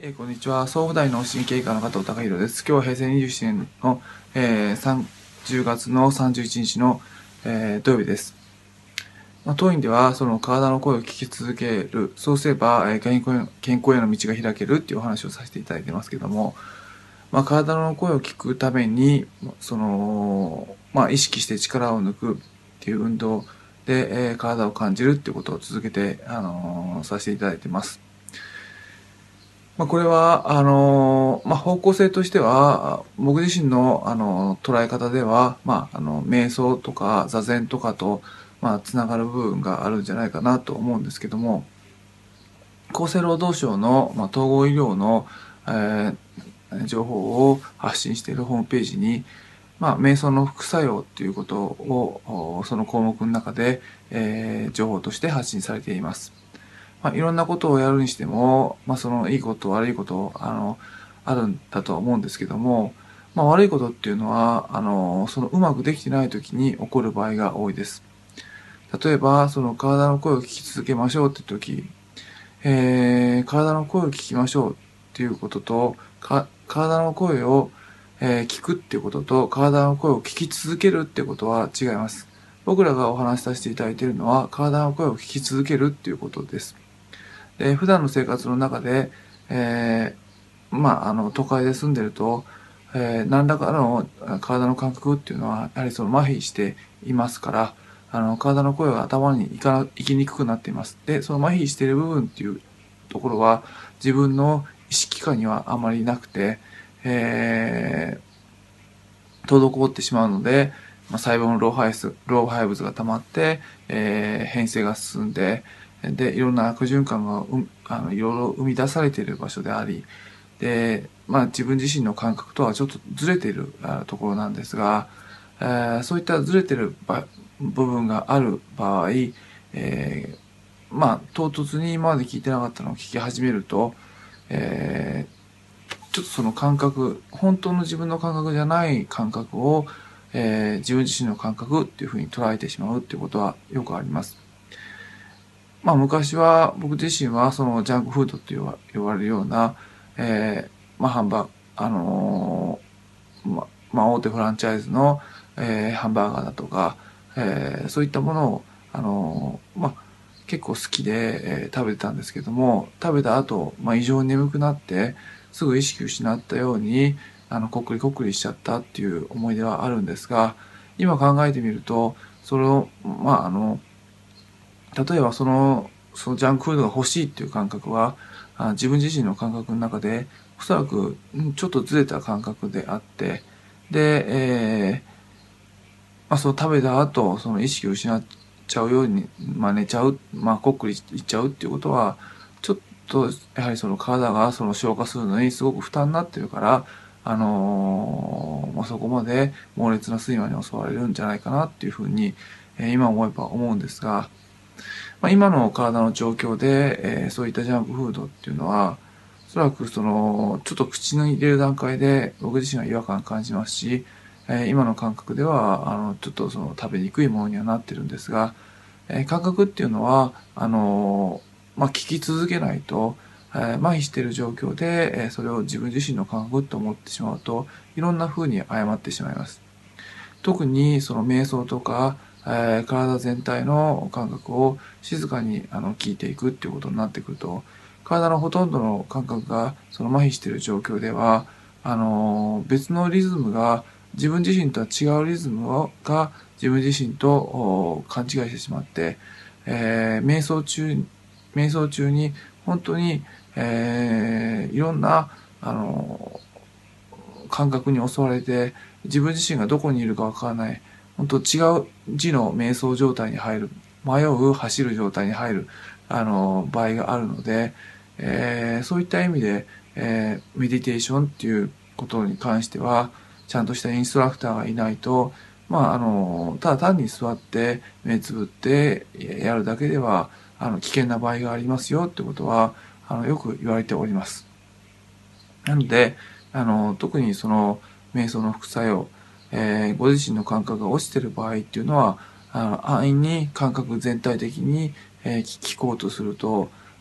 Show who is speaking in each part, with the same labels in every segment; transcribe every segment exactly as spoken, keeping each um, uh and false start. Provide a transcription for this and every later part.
Speaker 1: えーこんにちは。総務大の神経科の加藤孝弘です。今日は平成にじゅうななねんの、えー、さんじゅうがつのさんじゅういちにちの、えー土曜日です。まあ、当院では、その体の声を聞き続ける。そうすれば、えー健康へ健康への道が開けるっていうお話をさせていただいてますけども、まあ、体の声を聞くために、その、まあ、意識して力を抜くっていう運動で、えー体を感じるっていうことを続けて、あのーさせていただいてます。まあ、これは、あの、まあ、方向性としては、僕自身の、あの、捉え方では、まあ、あの、瞑想とか座禅とかと、まあ、つながる部分があるんじゃないかなと思うんですけども、厚生労働省の、まあ、統合医療の、えー情報を発信しているホームページに、まあ、瞑想の副作用っていうことを、その項目の中で、えー情報として発信されています。まあ、いろんなことをやるにしても、まあ、そのいいこと悪いことあのあるんだとは思うんですけども、まあ、悪いことっていうのはあのそのうまくできてない時に起こる場合が多いです。例えばその体の声を聞き続けましょうって時、えー体の声を聞きましょうっていうこととか体の声を、えー聞くっていうことと体の声を聞き続けるっていうことは違います。僕らがお話しさせていただいているのは体の声を聞き続けるっていうことです。で、普段の生活の中で、えーまあ、あの、都会で住んでると、えー何らかの体の感覚っていうのは、やはりその麻痺していますから、あの、体の声が頭に行かな、行きにくくなっています。で、その麻痺している部分っていうところは、自分の意識下にはあまりなくて、えー滞ってしまうので、まあ、細胞の老廃物老廃物が溜まって、えー変性が進んで、で、いろんな悪循環がうあのいろいろ生み出されている場所であり、で、まあ自分自身の感覚とはちょっとずれているあところなんですが、えーそういったずれているば部分がある場合、えーまあ唐突に今まで聞いてなかったのを聞き始めると、えーちょっとその感覚、本当の自分の感覚じゃない感覚を、えー自分自身の感覚っていうふうに捉えてしまうっていうことはよくあります。まあ昔は僕自身はそのジャンクフードと言わ言われるような、えーまあハンバーあのーままあ大手フランチャイズの、えーハンバーガーだとか、えーそういったものを、あのーまあ結構好きで、えー食べてたんですけども、食べた後、まあ異常に眠くなって、すぐ意識失ったように、あの、こっくりこっくりしちゃったっていう思い出はあるんですが、今考えてみると、それを、まああの、例えばその、そのジャンクフードが欲しいっていう感覚は、あ自分自身の感覚の中で、おそらくうんちょっとずれた感覚であって、で、えーまあ、その食べた後、その意識を失っちゃうように、まあ寝ちゃう、まあこっくりいっちゃうっていうことは、ちょっと、やはりその体がその消化するのにすごく負担になってるから、あのーまあ、そこまで猛烈な睡魔に襲われるんじゃないかなっていうふうに、えー今思えば思うんですが、まあ、今の体の状況で、えーそういったジャンクフードっていうのは、おそらくその、ちょっと口に入れる段階で僕自身は違和感感じますし、えー今の感覚では、あの、ちょっとその食べにくいものにはなってるんですが、えー感覚っていうのは、あのーまあ、聞き続けないと、えー麻痺している状況で、えーそれを自分自身の感覚と思ってしまうと、いろんな風に誤ってしまいます。特にその瞑想とか、えー体全体の感覚を静かにあの聞いていくっていうことになってくると、体のほとんどの感覚がその麻痺している状況では、あのー別のリズムが自分自身とは違うリズムをが自分自身とお勘違いしてしまって、えー瞑想中瞑想中に本当に、えーいろんなあの感覚に襲われて、自分自身がどこにいるかわからない、本当違う字の瞑想状態に入る、迷う、走る状態に入る、あの、場合があるので、えーそういった意味で、えーメディテーションっていうことに関しては、ちゃんとしたインストラクターがいないと、まあ、あの、ただ単に座って目つぶってやるだけでは、あの、危険な場合がありますよってことは、あの、よく言われております。なので、あの、特にその、瞑想の副作用、えーご自身の感覚が落ちている場合っていうのは、あの安易に感覚全体的に、えー聞こうとすると、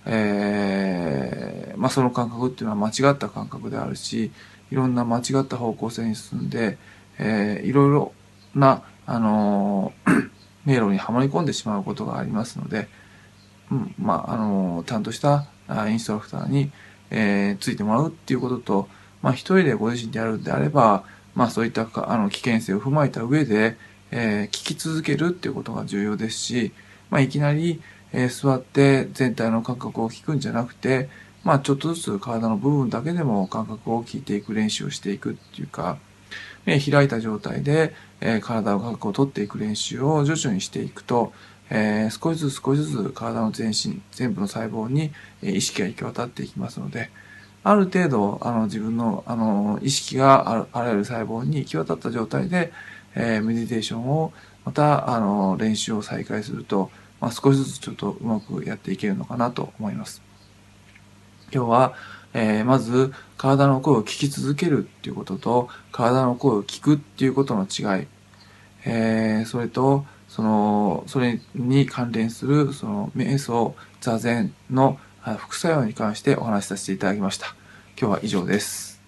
Speaker 1: えー、まあその感覚っていうのは間違った感覚であるし、いろんな間違った方向性に進んで、えー、いろいろな、あのー、迷路にはまり込んでしまうことがありますので、うん、まあ、あのー、ちゃんとしたインストラクターに、えー、ついてもらうっていうことと、まあ一人でご自身でやるんであれば、まあそういったかあの危険性を踏まえた上で、えー、聞き続けるっていうことが重要ですし、まあいきなり、えー、座って全体の感覚を聞くんじゃなくて、まあちょっとずつ体の部分だけでも感覚を聞いていく練習をしていくっていうか、えー、開いた状態で、えー、体の感覚を取っていく練習を徐々にしていくと、えー、少しずつ少しずつ体の全身、全部の細胞に意識が行き渡っていきますので、ある程度、あの、自分の、あの、意識があるあらゆる細胞に行き渡った状態で、えー、メディテーションを、また、あの、練習を再開すると、まあ、少しずつちょっとうまくやっていけるのかなと思います。今日は、えー、まず、体の声を聞き続けるっていうことと、体の声を聞くっていうことの違い、えー、それと、その、それに関連する、その、瞑想、座禅の副作用に関してお話しさせていただきました。今日は以上です。